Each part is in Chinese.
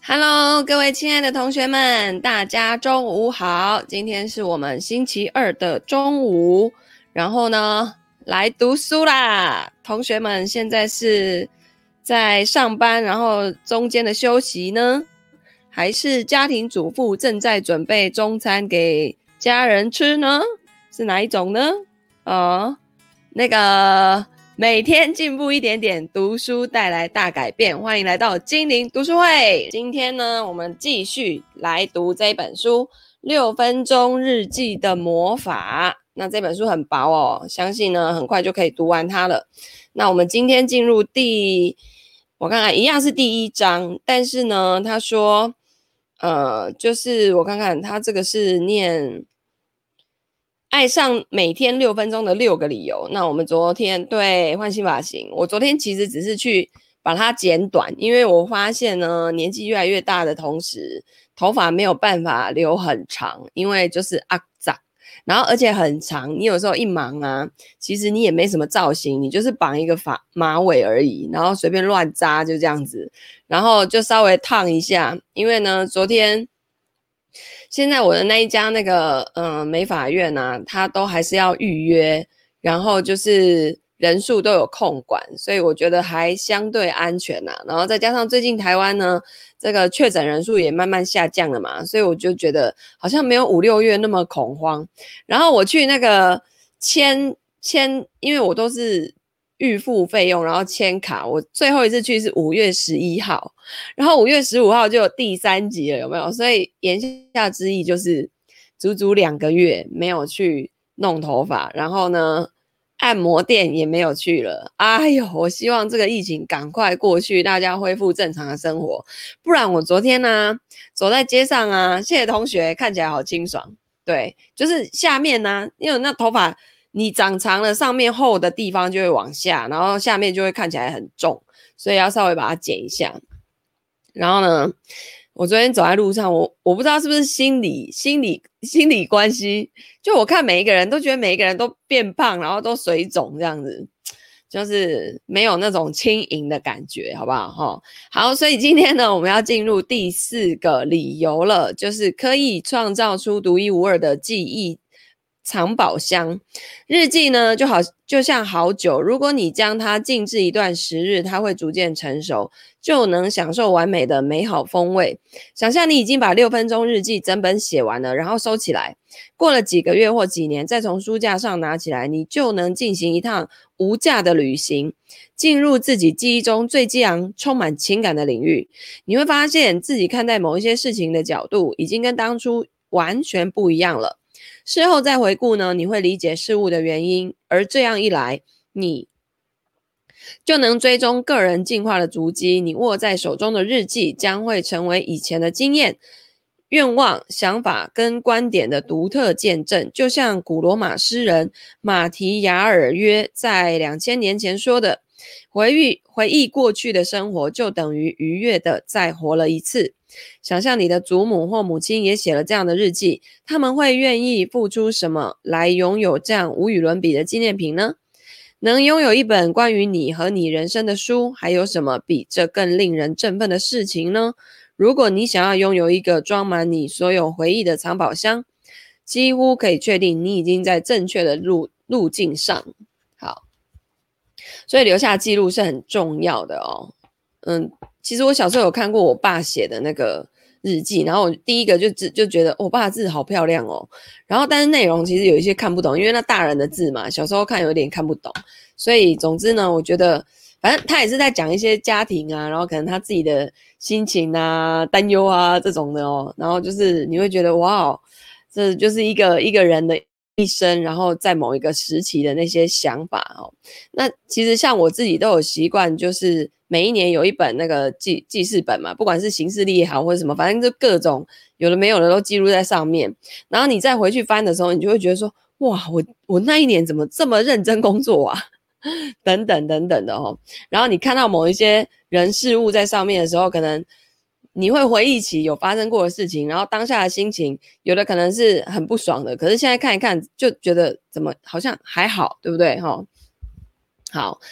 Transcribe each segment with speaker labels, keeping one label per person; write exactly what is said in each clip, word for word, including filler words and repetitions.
Speaker 1: Hello，各位亲爱的同学们，大家中午好。今天是我们星期二的中午，然后呢，来读书啦。同学们现在是在上班，然后中间的休息呢，还是家庭主妇正在准备中餐给家人吃呢？是哪一种呢？哦，那个每天进步一点点，读书带来大改变。欢迎来到精灵读书会。今天呢，我们继续来读这本书《六分钟日记的魔法》。那这本书很薄哦，相信呢很快就可以读完它了。那我们今天进入第，我看看，一样是第一章，但是呢，他说，呃，就是我看看，他这个是念。爱上每天六分钟的六个理由。那我们昨天对换新发型，我昨天其实只是去把它剪短，因为我发现呢，年纪越来越大的同时，头发没有办法留很长，因为就是啊长，然后而且很长，你有时候一忙啊，其实你也没什么造型，你就是绑一个发马尾而已，然后随便乱扎就这样子，然后就稍微烫一下，因为呢，昨天。现在我的那一家那个嗯、呃、美发院啊，它都还是要预约，然后就是人数都有控管，所以我觉得还相对安全啊。然后再加上最近台湾呢，这个确诊人数也慢慢下降了嘛，所以我就觉得好像没有五六月那么恐慌。然后我去那个签签，因为我都是预付费用，然后签卡，我最后一次去是五月十一号。然后五月十五号就有第三集了，有没有？所以言下之意就是足足两个月没有去弄头发，然后呢，按摩店也没有去了。哎呦，我希望这个疫情赶快过去，大家恢复正常的生活。不然我昨天呢、啊，走在街上啊，谢谢同学，看起来好清爽。对，就是下面呢、啊，因为那头发你长长了，上面厚的地方就会往下，然后下面就会看起来很重，所以要稍微把它剪一下。然后呢，我昨天走在路上，我我不知道是不是心理心理心理关系，就我看每一个人都觉得每一个人都变胖，然后都水肿这样子，就是没有那种轻盈的感觉，好不好？哈，好，所以今天呢，我们要进入第四个理由了，就是可以创造出独一无二的记忆藏宝箱。日记呢，就好就像好酒，如果你将它静置一段时日，它会逐渐成熟，就能享受完美的美好风味。想象你已经把六分钟日记整本写完了，然后收起来，过了几个月或几年，再从书架上拿起来，你就能进行一趟无价的旅行，进入自己记忆中最激昂、充满情感的领域。你会发现自己看待某一些事情的角度，已经跟当初完全不一样了。事后再回顾呢，你会理解事物的原因，而这样一来，你就能追踪个人进化的足迹。你握在手中的日记将会成为以前的经验、愿望、想法跟观点的独特见证。就像古罗马诗人马提亚尔约在两千年前说的，回忆回忆过去的生活，就等于愉悦的再活了一次。想象你的祖母或母亲也写了这样的日记，他们会愿意付出什么来拥有这样无与伦比的纪念品呢？能拥有一本关于你和你人生的书，还有什么比这更令人振奋的事情呢？如果你想要拥有一个装满你所有回忆的藏宝箱，几乎可以确定你已经在正确的路路径上。好，所以留下记录是很重要的哦。嗯，其实我小时候有看过我爸写的那个日记，然后我第一个就就觉得我爸的字好漂亮哦，然后但是内容其实有一些看不懂，因为那大人的字嘛，小时候看有点看不懂，所以总之呢，我觉得反正他也是在讲一些家庭啊，然后可能他自己的心情啊、担忧啊这种的哦，然后就是你会觉得哇，这就是一个一个人的一生，然后在某一个时期的那些想法哦。那其实像我自己都有习惯，就是每一年有一本那个记记事本嘛，不管是行事历也好或者什么，反正就各种有的没有的都记录在上面。然后你再回去翻的时候，你就会觉得说，哇，我我那一年怎么这么认真工作啊？等等等等的哦。然后你看到某一些人事物在上面的时候，可能你会回忆起有发生过的事情，然后当下的心情，有的可能是很不爽的，可是现在看一看就觉得怎么好像还好，对不对？哈，好，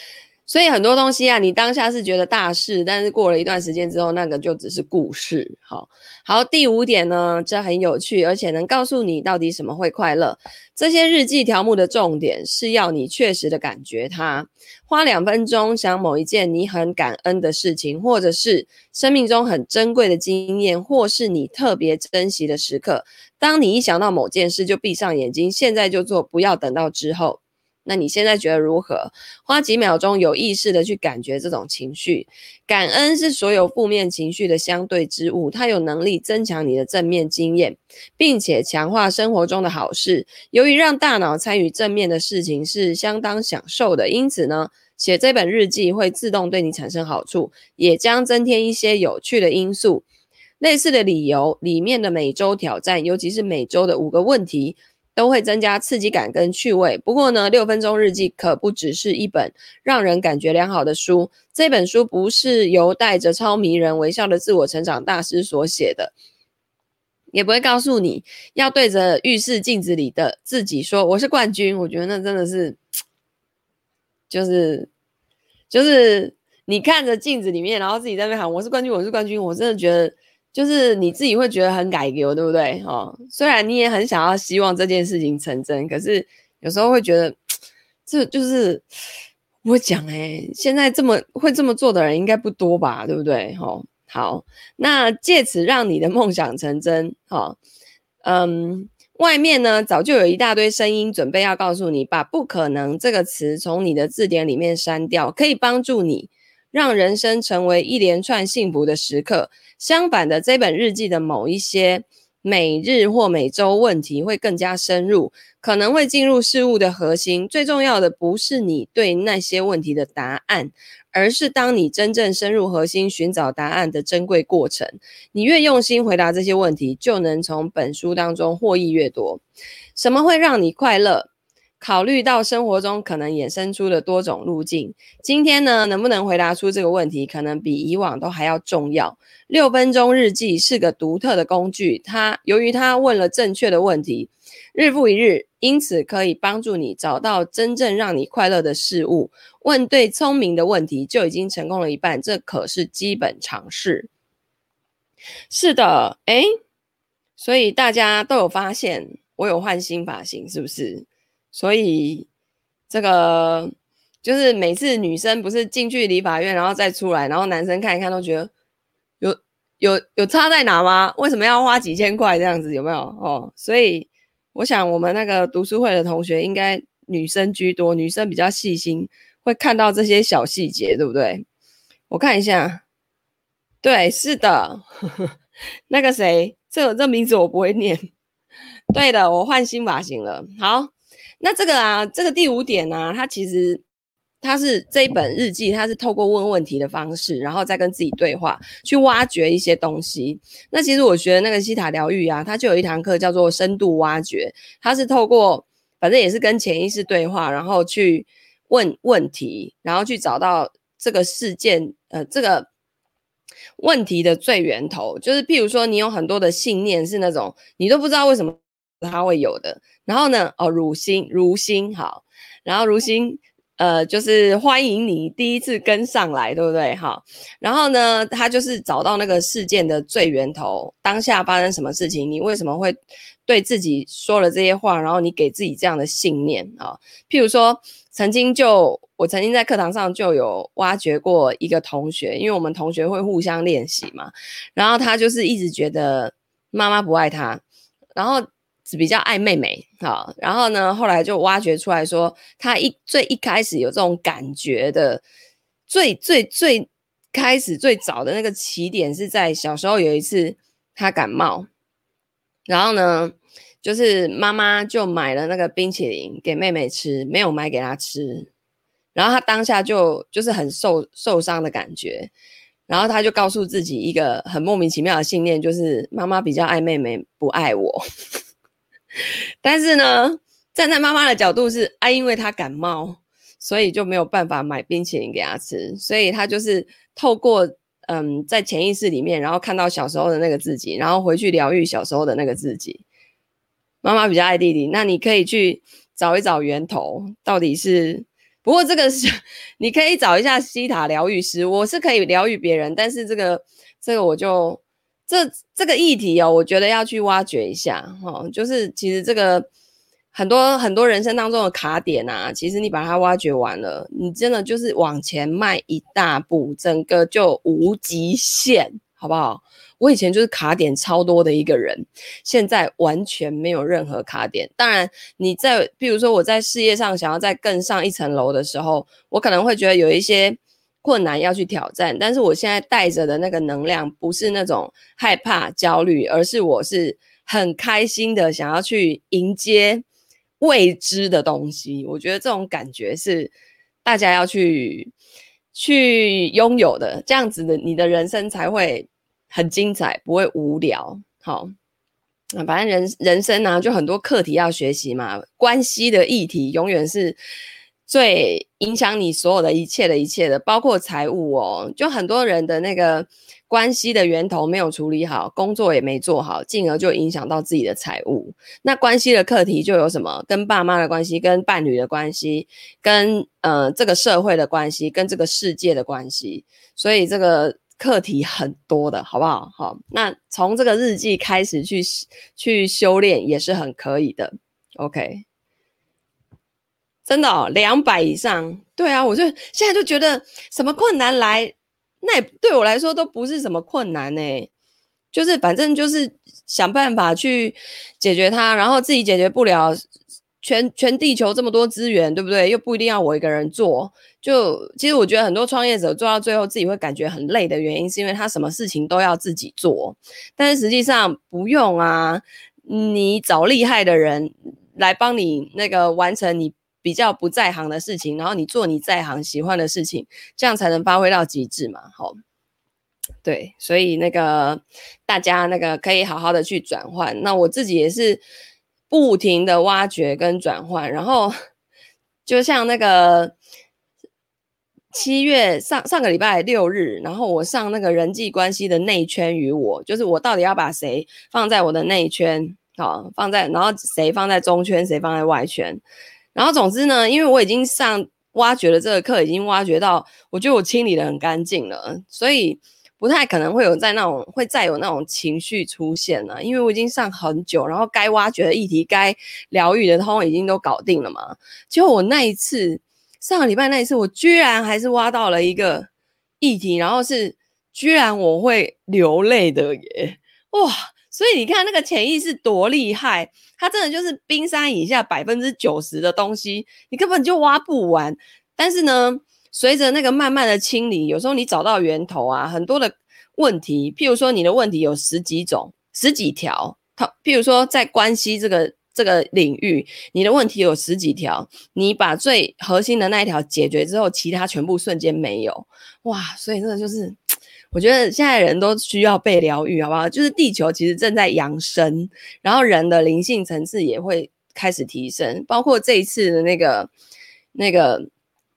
Speaker 1: 所以很多东西啊，你当下是觉得大事，但是过了一段时间之后，那个就只是故事。好，好，第五点呢，这很有趣，而且能告诉你到底什么会快乐。这些日记条目的重点是要你确实的感觉它，花两分钟想某一件你很感恩的事情，或者是生命中很珍贵的经验，或是你特别珍惜的时刻。当你一想到某件事，就闭上眼睛，现在就做，不要等到之后。那你现在觉得如何？花几秒钟有意识的去感觉这种情绪。感恩是所有负面情绪的相对之物，它有能力增强你的正面经验，并且强化生活中的好事。由于让大脑参与正面的事情是相当享受的，因此呢，写这本日记会自动对你产生好处，也将增添一些有趣的因素。类似的理由，里面的每周挑战，尤其是每周的五个问题，都会增加刺激感跟趣味。不过呢，六分钟日记可不只是一本让人感觉良好的书。这本书不是由带着超迷人微笑的自我成长大师所写的，也不会告诉你要对着浴室镜子里的自己说我是冠军。我觉得那真的是就是就是你看着镜子里面，然后自己在那边喊我是冠军我是冠军，我真的觉得就是你自己会觉得很改革，对不对？哦，虽然你也很想要希望这件事情成真，可是有时候会觉得这就是我会讲诶，现在这么会这么做的人应该不多吧，对不对？哦，好，那借此让你的梦想成真。哦，嗯，外面呢早就有一大堆声音准备要告诉你，把不可能这个词从你的字典里面删掉，可以帮助你让人生成为一连串幸福的时刻。相反的，这本日记的某一些每日或每周问题会更加深入，可能会进入事物的核心。最重要的不是你对那些问题的答案，而是当你真正深入核心寻找答案的珍贵过程。你越用心回答这些问题，就能从本书当中获益越多。什么会让你快乐？考虑到生活中可能衍生出的多种路径，今天呢，能不能回答出这个问题，可能比以往都还要重要。六分钟日记是个独特的工具，它由于它问了正确的问题，日复一日，因此可以帮助你找到真正让你快乐的事物。问对聪明的问题，就已经成功了一半，这可是基本常识。是的，诶，所以大家都有发现我有换新发型，是不是？所以这个就是每次女生不是进去理发院然后再出来，然后男生看一看都觉得有有有差在哪吗？为什么要花几千块这样子，有没有？哦，所以我想我们那个读书会的同学应该女生居多，女生比较细心，会看到这些小细节，对不对？我看一下，对，是的。那个谁，这这名字我不会念。对的，我换新发型了。好，那这个啊，这个第五点呢、啊，它其实它是这一本日记，它是透过问问题的方式，然后再跟自己对话，去挖掘一些东西。那其实我学的那个西塔疗愈啊，它就有一堂课叫做深度挖掘，它是透过反正也是跟潜意识对话，然后去问问题，然后去找到这个事件，呃，这个问题的最源头。就是譬如说，你有很多的信念是那种你都不知道为什么它会有的。然后呢，哦，如新如新好，然后如新呃，就是欢迎你第一次跟上来，对不对？好，然后呢，他就是找到那个事件的最源头，当下发生什么事情，你为什么会对自己说了这些话，然后你给自己这样的信念啊？譬如说，曾经就我曾经在课堂上就有挖掘过一个同学，因为我们同学会互相练习嘛，然后他就是一直觉得妈妈不爱他，然后只比较爱妹妹，好，然后呢，后来就挖掘出来说，他一最一开始有这种感觉的，最最最开始最早的那个起点是在小时候有一次他感冒，然后呢，就是妈妈就买了那个冰淇淋给妹妹吃，没有买给她吃，然后他当下就就是很受受伤的感觉，然后他就告诉自己一个很莫名其妙的信念，就是妈妈比较爱妹妹，不爱我。但是呢，站在妈妈的角度是，啊，因为她感冒，所以就没有办法买冰淇淋给她吃，所以她就是透过嗯，在潜意识里面，然后看到小时候的那个自己，然后回去疗愈小时候的那个自己。妈妈比较爱弟弟，那你可以去找一找源头，到底是不过这个是你可以找一下西塔疗愈师，我是可以疗愈别人，但是这个这个我就这这个议题哦，我觉得要去挖掘一下哦，就是其实这个很多很多人生当中的卡点啊，其实你把它挖掘完了，你真的就是往前迈一大步，整个就无极限，好不好？我以前就是卡点超多的一个人，现在完全没有任何卡点。当然，你在比如说我在事业上想要再更上一层楼的时候，我可能会觉得有一些困难要去挑战，但是我现在带着的那个能量不是那种害怕、焦虑，而是我是很开心的想要去迎接未知的东西。我觉得这种感觉是大家要去去拥有的，这样子的你的人生才会很精彩，不会无聊。好，反正人人生啊，就很多课题要学习嘛。关系的议题永远是最影响你所有的一切的一切的，包括财务哦。就很多人的那个关系的源头没有处理好，工作也没做好，进而就影响到自己的财务。那关系的课题就有什么？跟爸妈的关系，跟伴侣的关系，跟呃这个社会的关系，跟这个世界的关系。所以这个课题很多的，好不好？好，那从这个日记开始去去修炼也是很可以的。OK， 真的哦，两百以上，对啊，我就现在就觉得什么困难来，那也对我来说都不是什么困难呢、欸，就是反正就是想办法去解决它，然后自己解决不了。全全地球这么多资源，对不对？又不一定要我一个人做。就其实我觉得很多创业者做到最后自己会感觉很累的原因，是因为他什么事情都要自己做。但是实际上不用啊，你找厉害的人来帮你那个完成你比较不在行的事情，然后你做你在行喜欢的事情，这样才能发挥到极致嘛。好，对，所以那个大家那个可以好好的去转换。那我自己也是不停的挖掘跟转换，然后就像那个七月上上个礼拜六日，然后我上那个人际关系的内圈与我，就是我到底要把谁放在我的内圈，好，放在然后谁放在中圈，谁放在外圈。然后总之呢，因为我已经上挖掘了这个课，已经挖掘到我觉得我清理的很干净了，所以不太可能会有在那种会再有那种情绪出现了，因为我已经上很久，然后该挖掘的议题、该疗愈的通已经都搞定了嘛。结果我那一次上个礼拜那一次，我居然还是挖到了一个议题，然后是居然我会流泪的耶！哇！所以你看那个潜意识多厉害，它真的就是冰山以下百分之九十的东西，你根本就挖不完。但是呢，随着那个慢慢的清理，有时候你找到源头啊，很多的问题，譬如说你的问题有十几种、十几条，它譬如说在关系这个这个领域，你的问题有十几条，你把最核心的那一条解决之后，其他全部瞬间没有。哇，所以这个就是。我觉得现在人都需要被疗愈，好不好？就是地球其实正在扬升，然后人的灵性层次也会开始提升，包括这一次的那个那个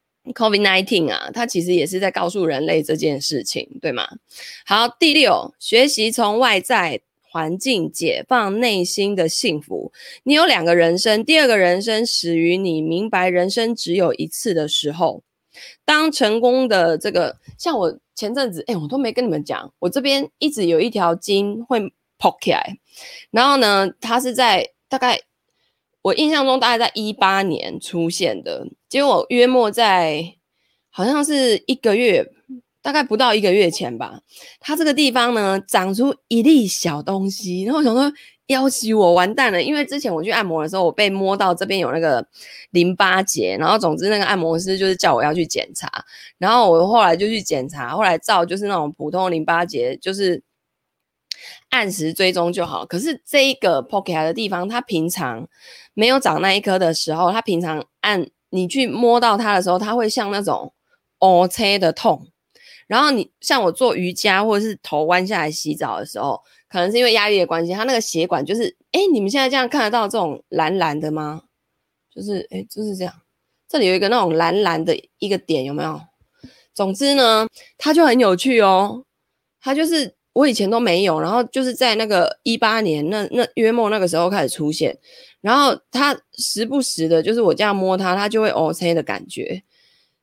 Speaker 1: COVID 十九 啊，它其实也是在告诉人类这件事情，对吗？好，第六，学习从外在环境解放内心的幸福。你有两个人生，第二个人生始于你明白人生只有一次的时候。当成功的这个，像我前阵子，哎，我都没跟你们讲，我这边一直有一条筋会跑起来，然后呢，它是在大概我印象中大概在一八年出现的，结果约莫在好像是一个月，大概不到一个月前吧，它这个地方呢长出一粒小东西，然后我想说。要挟我完蛋了，因为之前我去按摩的时候，我被摸到这边有那个淋巴结，然后总之那个按摩师就是叫我要去检查，然后我后来就去检查，后来照就是那种普通的淋巴结，就是按时追踪就好。可是这一个 pocket 的地方，它平常没有长那一颗的时候，它平常按你去摸到它的时候，它会像那种 O C 的痛。然后你像我做瑜伽或者是头弯下来洗澡的时候，可能是因为压力的关系，它那个血管就是，哎，你们现在这样看得到这种蓝蓝的吗？就是，哎，就是这样，这里有一个那种蓝蓝的一个点，有没有？总之呢，它就很有趣哦，它就是我以前都没有，然后就是在那个一八年那那约莫那个时候开始出现，然后它时不时的，就是我这样摸它，它就会 O C 的感觉。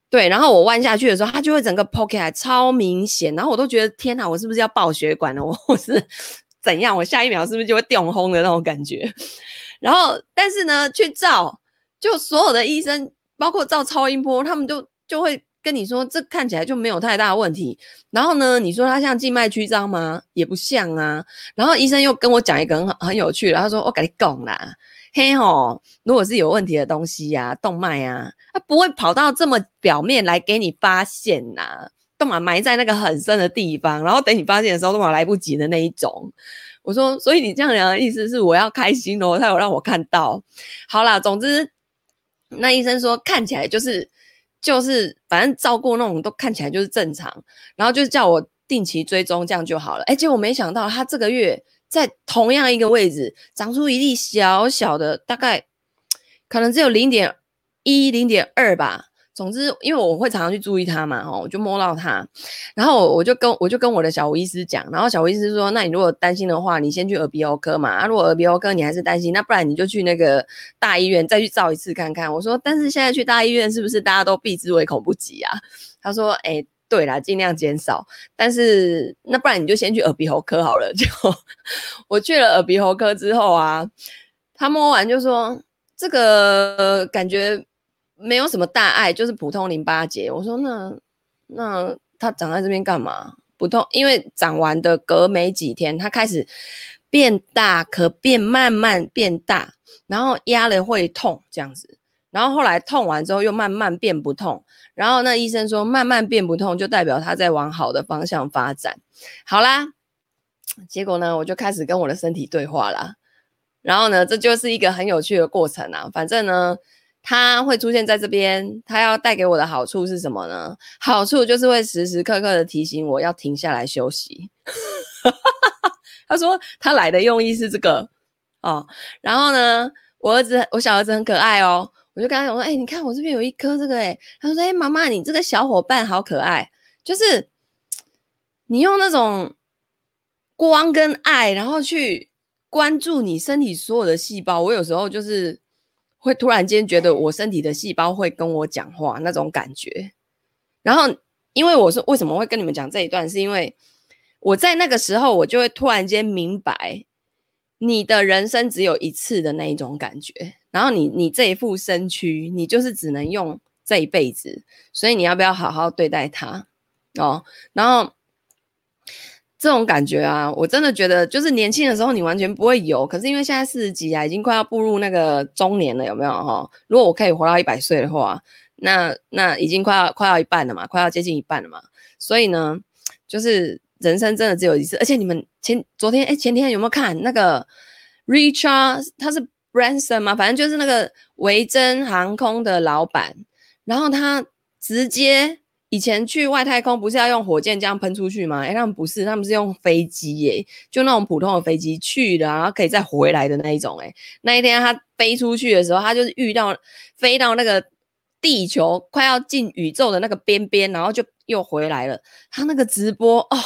Speaker 1: 对，然后我弯下去的时候，它就会整个剖开来，超明显。然后我都觉得天哪，我是不是要爆血管了？我我是怎样？我下一秒是不是就会中轰的那种感觉？然后，但是呢，去照，就所有的医生，包括照超音波，他们就就会跟你说，这看起来就没有太大的问题。然后呢，你说它像静脉曲张吗？也不像啊。然后医生又跟我讲一个很很有趣的，他说：“我跟你讲啦。”嘿吼，如果是有问题的东西呀、啊，动脉啊，它不会跑到这么表面来给你发现呐、啊，都嘛埋在那个很深的地方，然后等你发现的时候都嘛来不及的那一种。我说，所以你这样讲的意思是我要开心哦，他有让我看到。好啦，总之那医生说看起来就是就是反正照顾那种都看起来就是正常，然后就叫我定期追踪这样就好了。哎，结果没想到他这个月。在同样一个位置长出一粒小小的，大概可能只有零点一、零点二吧。总之，因为我会常常去注意它嘛，哦，我就摸到它，然后我就跟我就跟我的小吴医师讲，然后小吴医师说，那你如果担心的话，你先去耳鼻喉科嘛。啊，如果耳鼻喉科你还是担心，那不然你就去那个大医院再去照一次看看。我说，但是现在去大医院是不是大家都避之唯恐不及啊？他说，哎、欸。对啦，尽量减少，但是那不然你就先去耳鼻喉科好了。就我去了耳鼻喉科之后啊，他摸完就说这个感觉没有什么大碍，就是普通淋巴结。我说那那它长在这边干嘛？不痛，因为长完的隔没几天，它开始变大，可变慢慢变大，然后压了会痛这样子。然后后来痛完之后又慢慢变不痛，然后那医生说慢慢变不痛就代表他在往好的方向发展。好啦，结果呢我就开始跟我的身体对话啦。然后呢这就是一个很有趣的过程啊。反正呢它会出现在这边，它要带给我的好处是什么呢？好处就是会时时刻刻的提醒我要停下来休息。他说他来的用意是这个哦。然后呢我儿子我小儿子很可爱哦，我就跟他讲说，哎、欸，你看我这边有一颗这个、欸，哎，他说，哎、欸，妈妈，你这个小伙伴好可爱，就是你用那种光跟爱，然后去关注你身体所有的细胞。我有时候就是会突然间觉得我身体的细胞会跟我讲话那种感觉。然后，因为我是为什么会跟你们讲这一段，是因为我在那个时候，我就会突然间明白，你的人生只有一次的那一种感觉。然后你你这一副身躯，你就是只能用这一辈子，所以你要不要好好对待它哦？然后这种感觉啊，我真的觉得就是年轻的时候你完全不会有，可是因为现在四十几啊，已经快要步入那个中年了，有没有哈？如果我可以活到一百岁的话，那那已经快要快要一半了嘛，快要接近一半了嘛。所以呢，就是人生真的只有一次，而且你们前昨天哎前天有没有看那个 Richard？ 他是Branson 嘛，反正就是那个维珍航空的老板，然后他直接以前去外太空不是要用火箭这样喷出去吗？哎，他们不是，他们是用飞机耶，就那种普通的飞机去的，然后可以再回来的那一种。哎，那一天他飞出去的时候，他就是遇到飞到那个地球快要进宇宙的那个边边，然后就又回来了。他那个直播哦，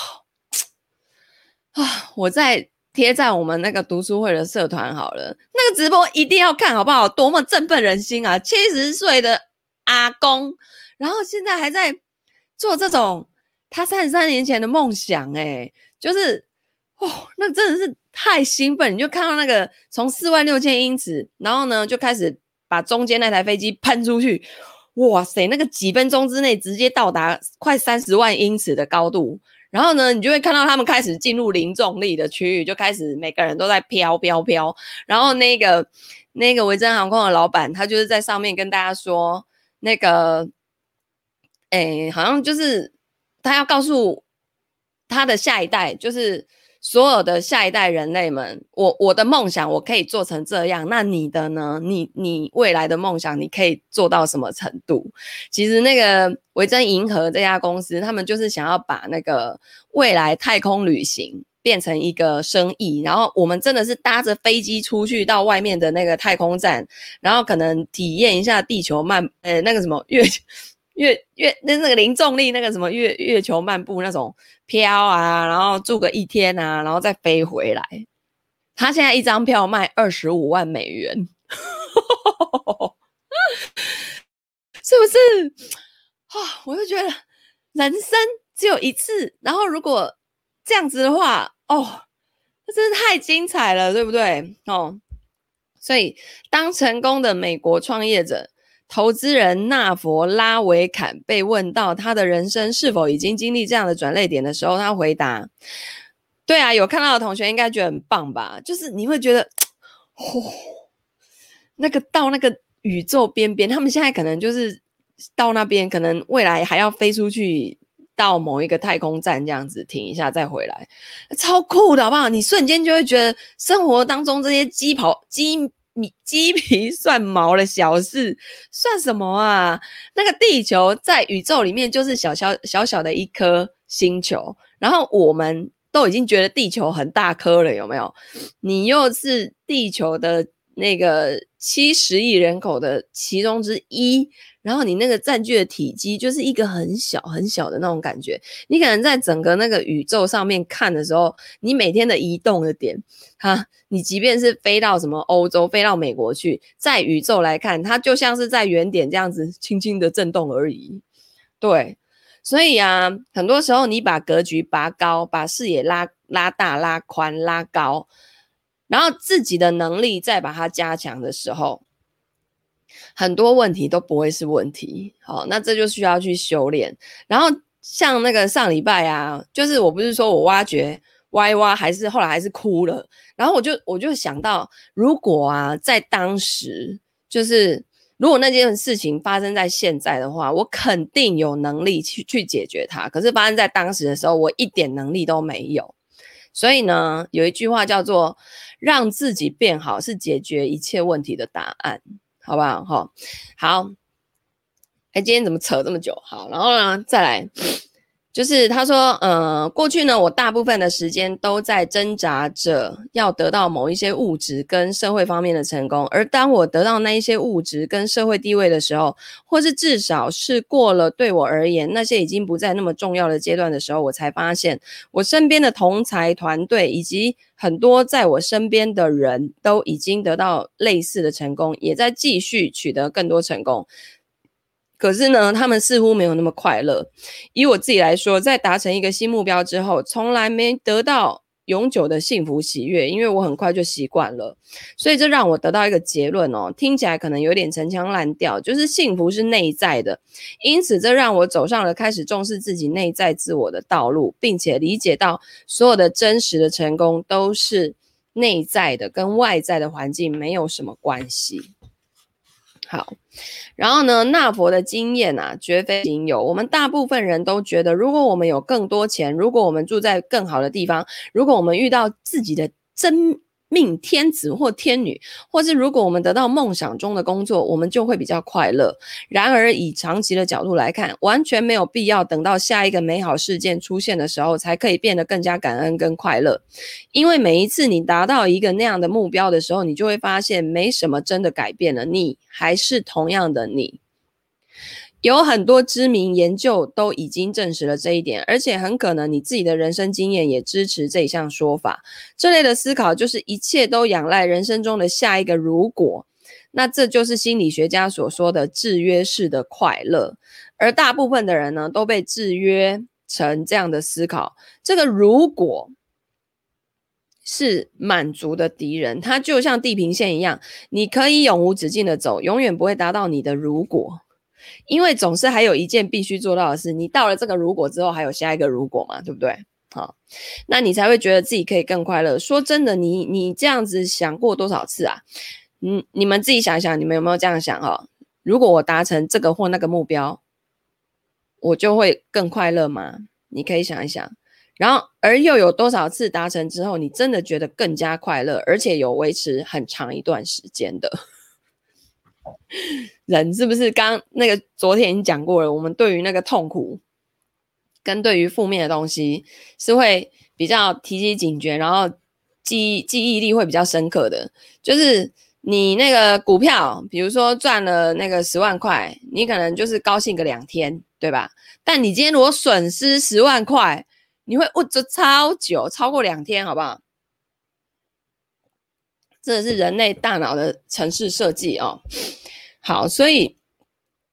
Speaker 1: 啊，我在。贴在我们那个读书会的社团好了，那个直播一定要看好不好？多么振奋人心啊！七十岁的阿公，然后现在还在做这种他三十三年前的梦想，哎，就是哦，那真的是太兴奋！你就看到那个从四万六千英尺，然后呢就开始把中间那台飞机喷出去，哇塞，那个几分钟之内直接到达快三十万英尺的高度。然后呢，你就会看到他们开始进入零重力的区域，就开始每个人都在飘飘飘。然后那个那个维珍航空的老板，他就是在上面跟大家说，那个，诶，好像就是他要告诉他的下一代，就是所有的下一代人类们，我我的梦想我可以做成这样，那你的呢？你你未来的梦想你可以做到什么程度？其实那个维珍银河这家公司，他们就是想要把那个未来太空旅行变成一个生意，然后我们真的是搭着飞机出去到外面的那个太空站，然后可能体验一下地球漫呃那个什么月月月那那个零重力那个什么月月球漫步那种飘啊，然后住个一天啊，然后再飞回来。他现在一张票卖二十五万美元，是不是啊，我就觉得人生只有一次，然后如果这样子的话，哦，这真是太精彩了，对不对？哦，所以当成功的美国创业者。投资人纳佛拉维坎被问到他的人生是否已经经历这样的转捩点的时候，他回答：对啊，有看到的同学应该觉得很棒吧？就是你会觉得，哦，那个到那个宇宙边边，他们现在可能就是到那边，可能未来还要飞出去到某一个太空站这样子停一下再回来，超酷的好不好？你瞬间就会觉得生活当中这些鸡跑鸡。你鸡皮蒜毛的小事算什么啊？那个地球在宇宙里面就是小小小小的一颗星球，然后我们都已经觉得地球很大颗了，有没有？你又是地球的那个七十亿人口的其中之一，然后你那个占据的体积就是一个很小很小的那种感觉。你可能在整个那个宇宙上面看的时候，你每天的移动的点，哈，你即便是飞到什么欧洲，飞到美国去，在宇宙来看，它就像是在原点这样子轻轻的震动而已。对，所以啊，很多时候你把格局拔高，把视野拉拉大、拉宽、拉高，然后自己的能力再把它加强的时候，很多问题都不会是问题。好，那这就需要去修炼。然后像那个上礼拜啊，就是我不是说我挖掘挖一挖，还是后来还是哭了。然后我就我就想到，如果啊，在当时，就是如果那件事情发生在现在的话，我肯定有能力去去解决它。可是发生在当时的时候，我一点能力都没有。所以呢，有一句话叫做“让自己变好是解决一切问题的答案”，好不好？哈，好。哎，今天怎么扯这么久？好，然后呢，再来。就是他说，呃，过去呢，我大部分的时间都在挣扎着要得到某一些物质跟社会方面的成功，而当我得到那一些物质跟社会地位的时候，或是至少是过了对我而言那些已经不再那么重要的阶段的时候，我才发现我身边的同才团队以及很多在我身边的人都已经得到类似的成功，也在继续取得更多成功。可是呢，他们似乎没有那么快乐。以我自己来说，在达成一个新目标之后，从来没得到永久的幸福喜悦，因为我很快就习惯了。所以这让我得到一个结论哦，听起来可能有点陈腔滥调，就是幸福是内在的。因此，这让我走上了开始重视自己内在自我的道路，并且理解到所有的真实的成功都是内在的，跟外在的环境没有什么关系。好，然后呢，纳佛的经验啊，绝非仅有。我们大部分人都觉得，如果我们有更多钱，如果我们住在更好的地方，如果我们遇到自己的真命天子或天女，或是如果我们得到梦想中的工作，我们就会比较快乐。然而，以长期的角度来看，完全没有必要等到下一个美好事件出现的时候，才可以变得更加感恩跟快乐。因为每一次你达到一个那样的目标的时候，你就会发现没什么真的改变了，你还是同样的你。有很多知名研究都已经证实了这一点，而且很可能你自己的人生经验也支持这一项说法。这类的思考就是一切都仰赖人生中的下一个如果，那这就是心理学家所说的制约式的快乐。而大部分的人呢，都被制约成这样的思考，这个如果是满足的敌人，它就像地平线一样，你可以永无止境的走，永远不会达到你的如果。因为总是还有一件必须做到的事，你到了这个如果之后还有下一个如果嘛，对不对？好，那你才会觉得自己可以更快乐。说真的，你你这样子想过多少次啊？嗯，你们自己想一想，你们有没有这样想哈？如果我达成这个或那个目标，我就会更快乐吗？你可以想一想。然后，而又有多少次达成之后，你真的觉得更加快乐，而且有维持很长一段时间的？人是不是刚那个昨天已经讲过了，我们对于那个痛苦跟对于负面的东西是会比较提起警觉，然后记记忆力会比较深刻的。就是你那个股票比如说赚了那个十万块，你可能就是高兴个两天，对吧？但你今天如果损失十万块，你会握着超久，超过两天，好不好？这是人类大脑的程式设计哦。好，所以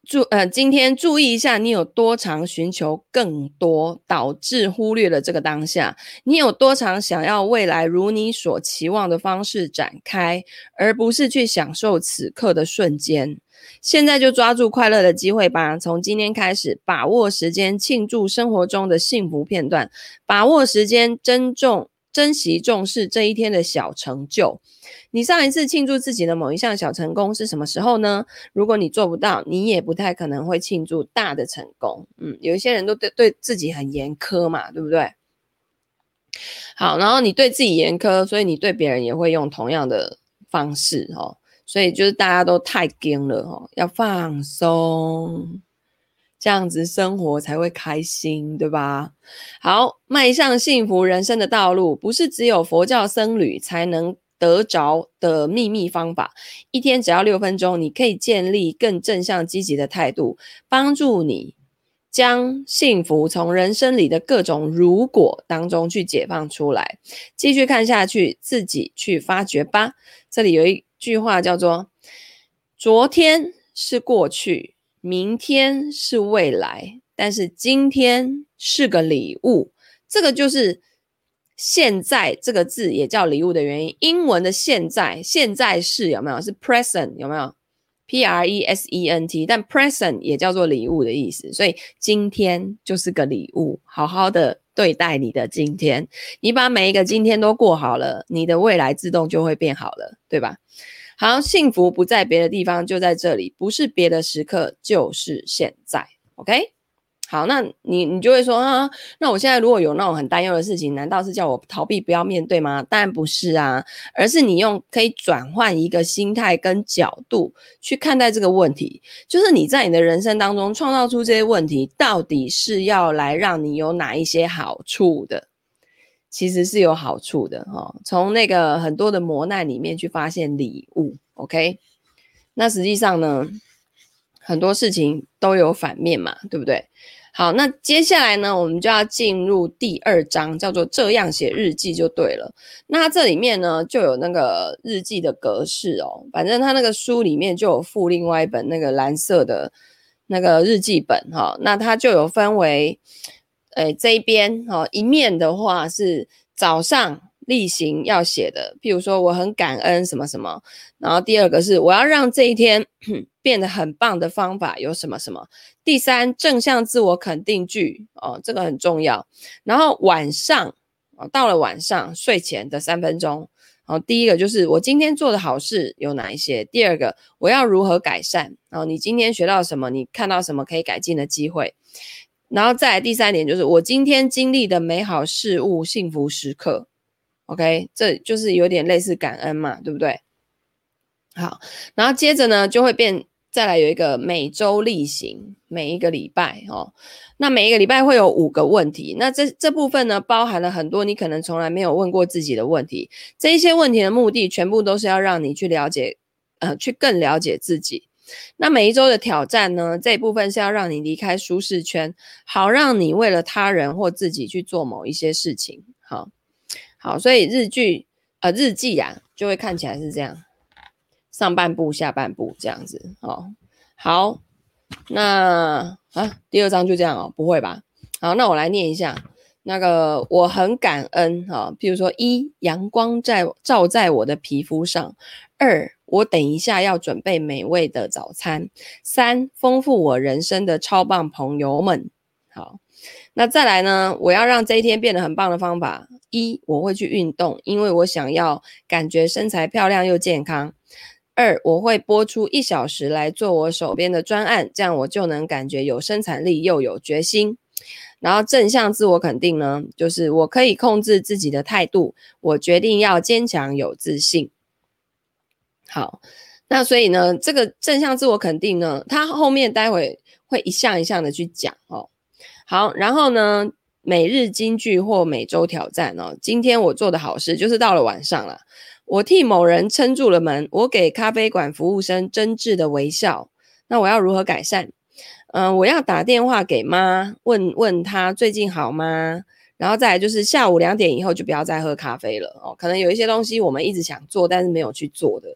Speaker 1: 注呃，今天注意一下，你有多常寻求更多，导致忽略了这个当下。你有多常想要未来如你所期望的方式展开，而不是去享受此刻的瞬间。现在就抓住快乐的机会吧，从今天开始，把握时间，庆祝生活中的幸福片段，把握时间，珍重、珍惜、重视这一天的小成就。你上一次庆祝自己的某一项小成功是什么时候呢？如果你做不到，你也不太可能会庆祝大的成功。嗯，有一些人都对对自己很严苛嘛，对不对？好，然后你对自己严苛，所以你对别人也会用同样的方式哦。所以就是大家都太硬了哦，要放松，这样子生活才会开心，对吧？好，迈向幸福人生的道路，不是只有佛教僧侣才能得着的秘密方法。一天只要六分钟，你可以建立更正向积极的态度，帮助你将幸福从人生里的各种如果当中去解放出来。继续看下去，自己去发掘吧。这里有一句话叫做：昨天是过去，明天是未来，但是今天是个礼物。这个就是现在这个字也叫礼物的原因。英文的现在，现在式有没有？是 present 有没有？ P R E S E N T， 但 present 也叫做礼物的意思。所以今天就是个礼物，好好的对待你的今天。你把每一个今天都过好了，你的未来自动就会变好了，对吧？好，幸福不在别的地方，就在这里，不是别的时刻，就是现在。 OK， 好，那你你就会说啊，那我现在如果有那种很担忧的事情，难道是叫我逃避不要面对吗？当然不是啊，而是你用可以转换一个心态跟角度去看待这个问题，就是你在你的人生当中创造出这些问题，到底是要来让你有哪一些好处的？其实是有好处的哈、哦，从那个很多的磨难里面去发现礼物 ，OK？ 那实际上呢，很多事情都有反面嘛，对不对？好，那接下来呢，我们就要进入第二章，叫做这样写日记就对了。那这里面呢，就有那个日记的格式哦，反正它那个书里面就有附另外一本那个蓝色的那个日记本哈、哦，那它就有分为。诶，这一边哦，一面的话是早上例行要写的，譬如说我很感恩什么什么，然后第二个是我要让这一天变得很棒的方法有什么什么，第三正向自我肯定句哦，这个很重要。然后晚上哦，到了晚上睡前的三分钟，然后第一个就是我今天做的好事有哪一些，第二个我要如何改善，然后你今天学到什么，你看到什么可以改进的机会。然后再来第三点就是我今天经历的美好事物、幸福时刻 ，OK， 这就是有点类似感恩嘛，对不对？好，然后接着呢就会变，再来有一个每周例行，每一个礼拜哦，那每一个礼拜会有五个问题，那这这部分呢包含了很多你可能从来没有问过自己的问题，这一些问题的目的全部都是要让你去了解，呃，去更了解自己。那每一周的挑战呢，这一部分是要让你离开舒适圈，好让你为了他人或自己去做某一些事情。好，好，所以日剧呃日记啊，就会看起来是这样，上半部下半部这样子。哦，好，那啊第二章就这样哦，不会吧？好，那我来念一下。那个我很感恩哈，譬如说一，阳光在照在我的皮肤上；二，我等一下要准备美味的早餐；三，丰富我人生的超棒朋友们。好，那再来呢，我要让这一天变得很棒的方法：一，我会去运动，因为我想要感觉身材漂亮又健康；二，我会播出一小时来做我手边的专案，这样我就能感觉有生产力又有决心。然后正向自我肯定呢，就是我可以控制自己的态度，我决定要坚强有自信。好，那所以呢，这个正向自我肯定呢，它后面待会会一项一项的去讲哦。好，然后呢，每日金句或每周挑战哦。今天我做的好事就是到了晚上了，我替某人撑住了门，我给咖啡馆服务生真挚的微笑。那我要如何改善？嗯、呃，我要打电话给妈，问问她最近好吗？然后再来就是下午两点以后就不要再喝咖啡了哦。可能有一些东西我们一直想做，但是没有去做的，可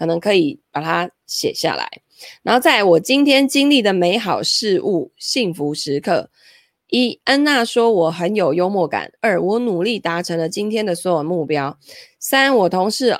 Speaker 1: 可能可以把它写下来。然后再来我今天经历的美好事物、幸福时刻。一，安娜说我很有幽默感。二，我努力达成了今天的所有目标。三，我同事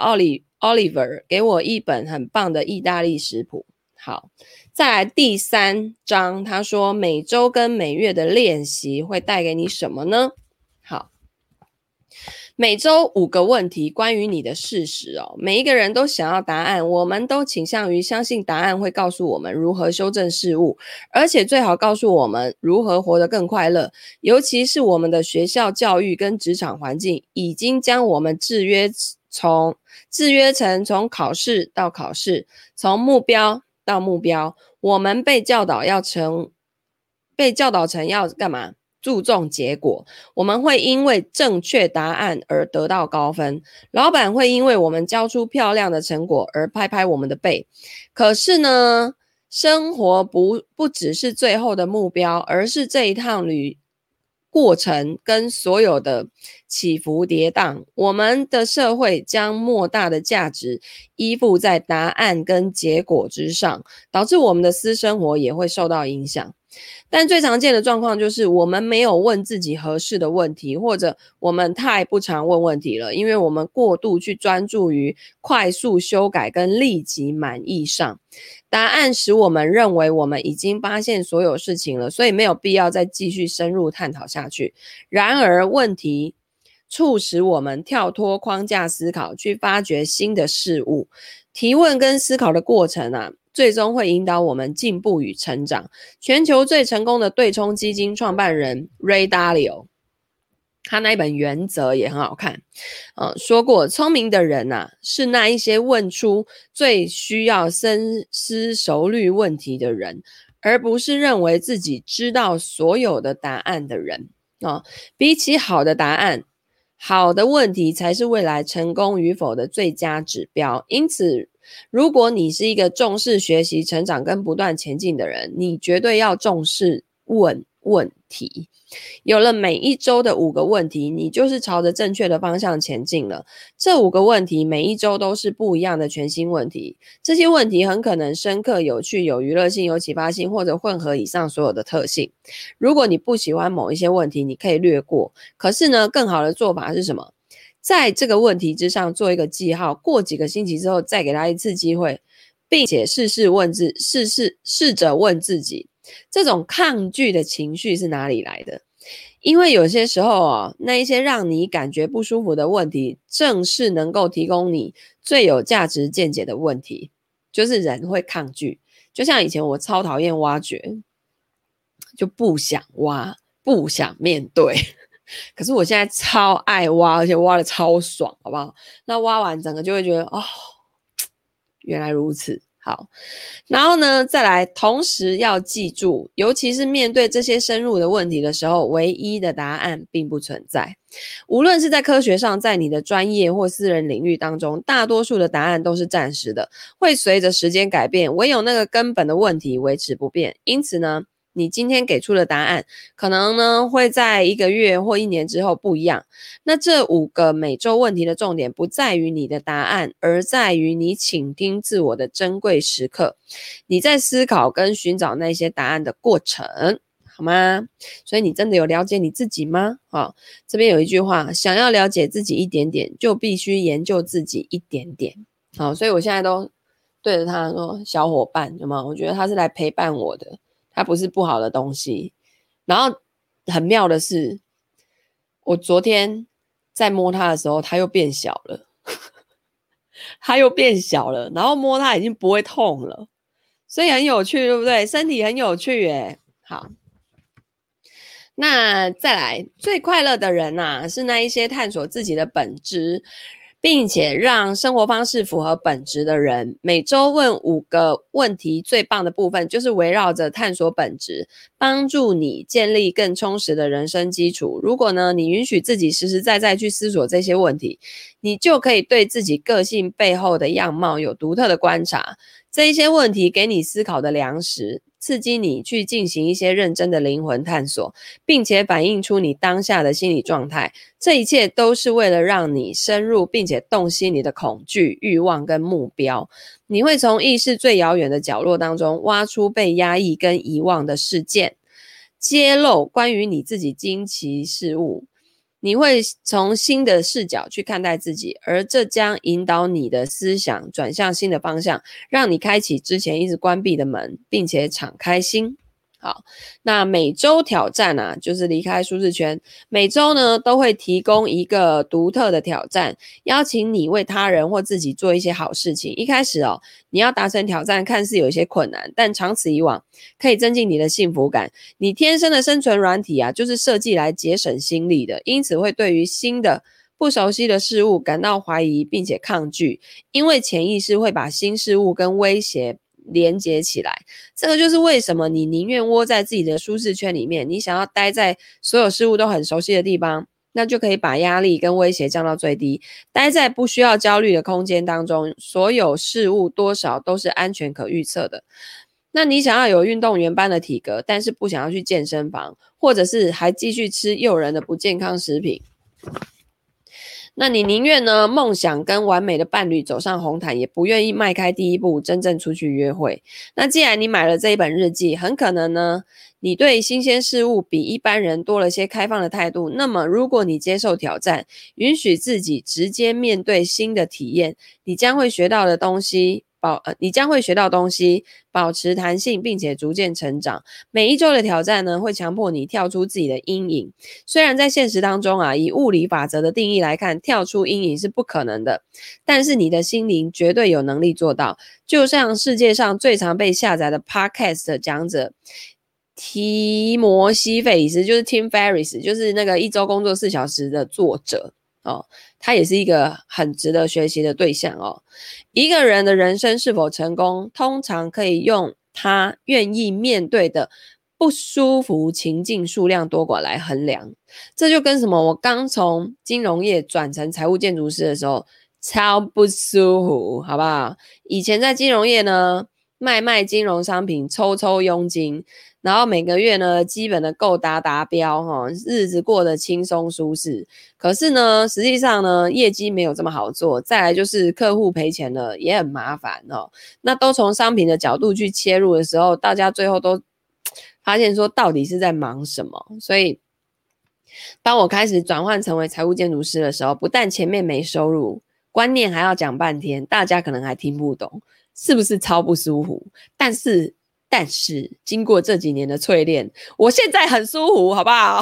Speaker 1: Oliver 给我一本很棒的意大利食谱。好，再来第三章，他说每周跟每月的练习会带给你什么呢？好，每周五个问题关于你的事实哦，每一个人都想要答案，我们都倾向于相信答案会告诉我们如何修正事物，而且最好告诉我们如何活得更快乐。尤其是我们的学校教育跟职场环境已经将我们制约从制约成从考试到考试，从目标到目标，我们被教导要成被教导成要干嘛？注重结果，我们会因为正确答案而得到高分，老板会因为我们交出漂亮的成果而拍拍我们的背。可是呢，生活不不只是最后的目标，而是这一趟旅过程跟所有的起伏跌宕。我们的社会将莫大的价值依附在答案跟结果之上，导致我们的私生活也会受到影响。但最常见的状况就是我们没有问自己合适的问题，或者我们太不常问问题了，因为我们过度去专注于快速修改跟立即满意上。答案使我们认为我们已经发现所有事情了，所以没有必要再继续深入探讨下去。然而问题促使我们跳脱框架思考，去发掘新的事物。提问跟思考的过程啊，最终会引导我们进步与成长。全球最成功的对冲基金创办人 Ray Dalio， 他那一本原则也很好看，呃，说过聪明的人啊，是那一些问出最需要深思熟虑问题的人，而不是认为自己知道所有的答案的人。哦，比起好的答案，好的问题才是未来成功与否的最佳指标。因此，如果你是一个重视学习、成长跟不断前进的人，你绝对要重视问问题。有了每一周的五个问题，你就是朝着正确的方向前进了。这五个问题每一周都是不一样的全新问题，这些问题很可能深刻、有趣、有娱乐性、有启发性，或者混合以上所有的特性。如果你不喜欢某一些问题，你可以略过。可是呢，更好的做法是什么？在这个问题之上做一个记号，过几个星期之后再给他一次机会，并且试试问自试试试着问自己，这种抗拒的情绪是哪里来的？因为有些时候哦，那一些让你感觉不舒服的问题，正是能够提供你最有价值见解的问题。就是人会抗拒，就像以前我超讨厌挖掘，就不想挖，不想面对。可是我现在超爱挖，而且挖的超爽，好不好？那挖完整个就会觉得，哦，原来如此。好，然后呢，再来，同时要记住，尤其是面对这些深入的问题的时候，唯一的答案并不存在。无论是在科学上，在你的专业或私人领域当中，大多数的答案都是暂时的，会随着时间改变，唯有那个根本的问题维持不变。因此呢，你今天给出的答案，可能呢会在一个月或一年之后不一样。那这五个每周问题的重点不在于你的答案，而在于你倾听自我的珍贵时刻，你在思考跟寻找那些答案的过程，好吗？所以你真的有了解你自己吗？好，这边有一句话，想要了解自己一点点，就必须研究自己一点点。好，所以我现在都对着他说，小伙伴，有没有？我觉得他是来陪伴我的。它不是不好的东西。然后很妙的是，我昨天在摸它的时候，它又变小了。它又变小了，然后摸它已经不会痛了，所以很有趣，对不对？身体很有趣耶。好，那再来，最快乐的人啊，是那一些探索自己的本质，并且让生活方式符合本质的人。每周问五个问题，最棒的部分就是围绕着探索本质，帮助你建立更充实的人生基础。如果呢，你允许自己实实在在去思索这些问题，你就可以对自己个性背后的样貌有独特的观察。 这一些问题给你思考的粮食，刺激你去进行一些认真的灵魂探索，并且反映出你当下的心理状态。这一切都是为了让你深入并且洞悉你的恐惧、欲望跟目标。你会从意识最遥远的角落当中挖出被压抑跟遗忘的事件，揭露关于你自己惊奇事物。你会从新的视角去看待自己，而这将引导你的思想转向新的方向，让你开启之前一直关闭的门，并且敞开心。好，那每周挑战啊，就是离开舒适圈。每周呢，都会提供一个独特的挑战，邀请你为他人或自己做一些好事情。一开始哦，你要达成挑战看似有一些困难，但长此以往，可以增进你的幸福感。你天生的生存软体啊，就是设计来节省心力的，因此会对于新的不熟悉的事物感到怀疑并且抗拒，因为潜意识会把新事物跟威胁连接起来。这个就是为什么你宁愿窝在自己的舒适圈里面，你想要待在所有事物都很熟悉的地方，那就可以把压力跟威胁降到最低，待在不需要焦虑的空间当中，所有事物多少都是安全可预测的。那你想要有运动员般的体格，但是不想要去健身房，或者是还继续吃诱人的不健康食品，那你宁愿呢梦想跟完美的伴侣走上红毯，也不愿意迈开第一步真正出去约会。那既然你买了这一本日记，很可能呢你对新鲜事物比一般人多了些开放的态度。那么如果你接受挑战，允许自己直接面对新的体验，你将会学到的东西保呃，你将会学到东西，保持弹性，并且逐渐成长。每一周的挑战呢，会强迫你跳出自己的阴影。虽然在现实当中啊，以物理法则的定义来看，跳出阴影是不可能的，但是你的心灵绝对有能力做到。就像世界上最常被下载的 Podcast 讲者提摩西·费里斯，就是 Tim Ferriss， 就是那个一周工作四小时的作者。哦，他也是一个很值得学习的对象哦。一个人的人生是否成功，通常可以用他愿意面对的不舒服情境数量多寡来衡量。这就跟什么，我刚从金融业转成财务建筑师的时候，超不舒服，好不好？以前在金融业呢，卖卖金融商品，抽抽佣金，然后每个月呢，基本的购达达标，哦，日子过得轻松舒适。可是呢，实际上呢，业绩没有这么好做。再来就是客户赔钱了，也很麻烦哦。那都从商品的角度去切入的时候，大家最后都发现说，到底是在忙什么？所以，当我开始转换成为财务建筑师的时候，不但前面没收入，观念还要讲半天，大家可能还听不懂，是不是超不舒服？但是。但是经过这几年的淬炼，我现在很舒服，好不好？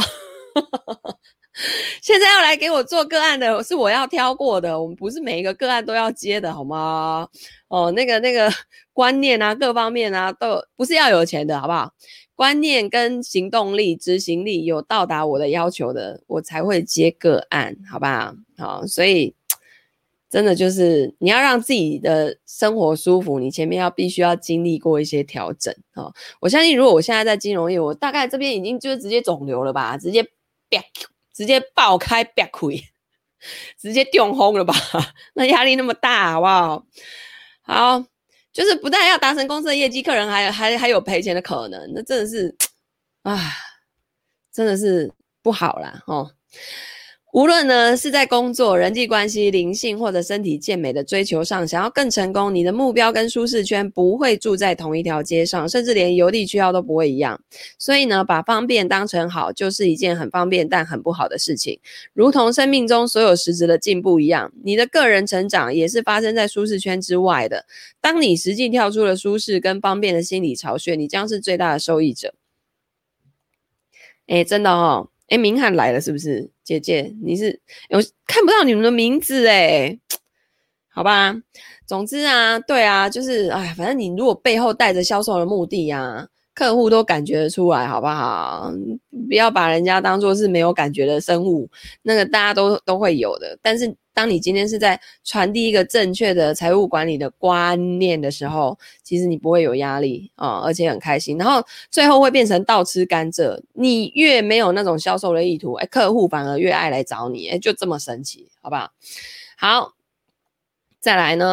Speaker 1: 现在要来给我做个案的是我要挑过的，我们不是每一个个案都要接的，好吗？哦，那个那个观念啊，各方面啊，都不是要有钱的，好不好？观念跟行动力、执行力有到达我的要求的，我才会接个案，好不好？好，所以。真的就是你要让自己的生活舒服，你前面要必须要经历过一些调整，哦，我相信如果我现在在金融业，我大概这边已经就是直接肿瘤了吧，直接直接爆开爆开直接中风了吧，那压力那么大，好不好？好，就是不但要达成公司的业绩，客人还还还有赔钱的可能，那真的是啊，真的是不好啦，哦。无论呢是在工作、人际关系、灵性或者身体健美的追求上，想要更成功，你的目标跟舒适圈不会住在同一条街上，甚至连邮递区号都不会一样。所以呢，把方便当成好，就是一件很方便但很不好的事情。如同生命中所有实质的进步一样，你的个人成长也是发生在舒适圈之外的。当你实际跳出了舒适跟方便的心理巢穴，你将是最大的受益者。诶，真的哦。诶，明翰来了是不是？姐姐，你是我看不到你们的名字诶，好吧。总之啊，对啊，就是哎，反正你如果背后带着销售的目的啊，客户都感觉得出来，好不好？不要把人家当作是没有感觉的生物，那个大家都都会有的。但是当你今天是在传递一个正确的财务管理的观念的时候，其实你不会有压力啊、呃，而且很开心。然后最后会变成倒吃甘蔗，你越没有那种销售的意图，哎，客户反而越爱来找你，哎，就这么神奇，好不好？好，再来呢。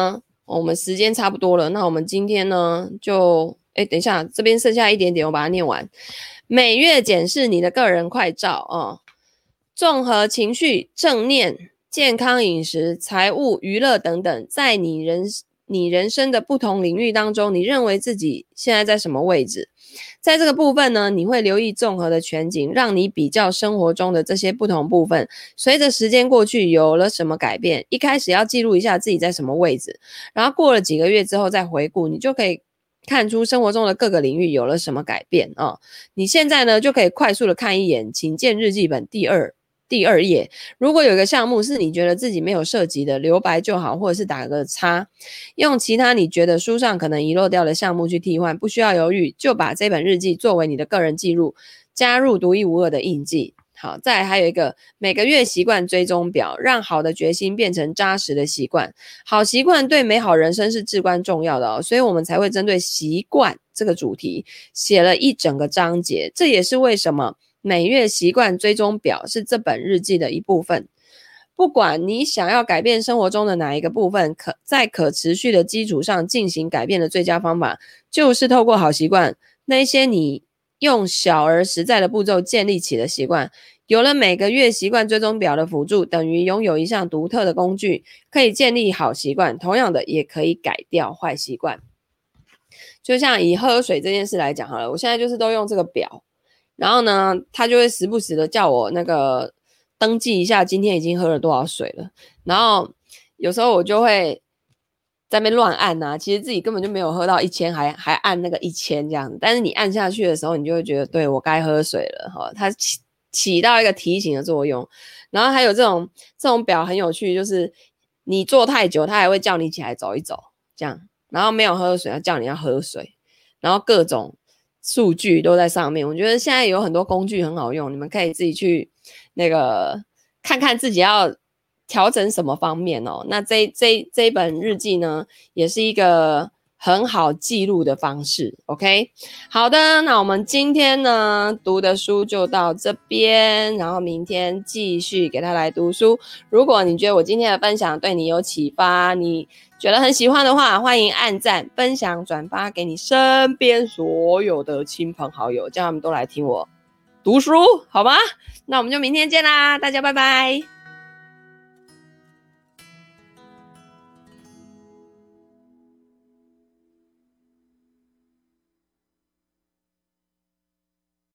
Speaker 1: 我们时间差不多了，那我们今天呢就，哎，等一下，这边剩下一点点，我把它念完。每月检视你的个人快照哦，综合情绪、正念、健康饮食、财务、娱乐等等，在你人你人生的不同领域当中，你认为自己现在在什么位置？在这个部分呢，你会留意综合的全景，让你比较生活中的这些不同部分，随着时间过去有了什么改变。一开始要记录一下自己在什么位置，然后过了几个月之后再回顾，你就可以看出生活中的各个领域有了什么改变哦。你现在呢就可以快速的看一眼，请见日记本第二第二页。如果有一个项目是你觉得自己没有涉及的，留白就好，或者是打个叉，用其他你觉得书上可能遗漏掉的项目去替换，不需要犹豫，就把这本日记作为你的个人记录，加入独一无二的印记。好，再来还有一个每个月习惯追踪表，让好的决心变成扎实的习惯。好习惯对美好人生是至关重要的哦，所以我们才会针对习惯这个主题写了一整个章节。这也是为什么每月习惯追踪表是这本日记的一部分。不管你想要改变生活中的哪一个部分，可在可持续的基础上进行改变的最佳方法，就是透过好习惯，那些你用小而实在的步骤建立起的习惯。有了每个月习惯追踪表的辅助，等于拥有一项独特的工具，可以建立好习惯，同样的也可以改掉坏习惯。就像以喝水这件事来讲好了，我现在就是都用这个表，然后呢，他就会时不时的叫我那个登记一下今天已经喝了多少水了，然后有时候我就会在那边乱按啊，其实自己根本就没有喝到一千，还还按那个一千这样子，但是你按下去的时候，你就会觉得对我该喝水了哈，它起起到一个提醒的作用。然后还有这种这种表很有趣，就是你坐太久，它还会叫你起来走一走，这样，然后没有喝水，它叫你要喝水，然后各种数据都在上面。我觉得现在有很多工具很好用，你们可以自己去那个看看自己要调整什么方面哦。那这这这一本日记呢，也是一个很好记录的方式 ，OK？ 好的，那我们今天呢读的书就到这边，然后明天继续给他来读书。如果你觉得我今天的分享对你有启发，你觉得很喜欢的话，欢迎按赞、分享、转发给你身边所有的亲朋好友，叫他们都来听我读书，好吗？那我们就明天见啦，大家拜拜。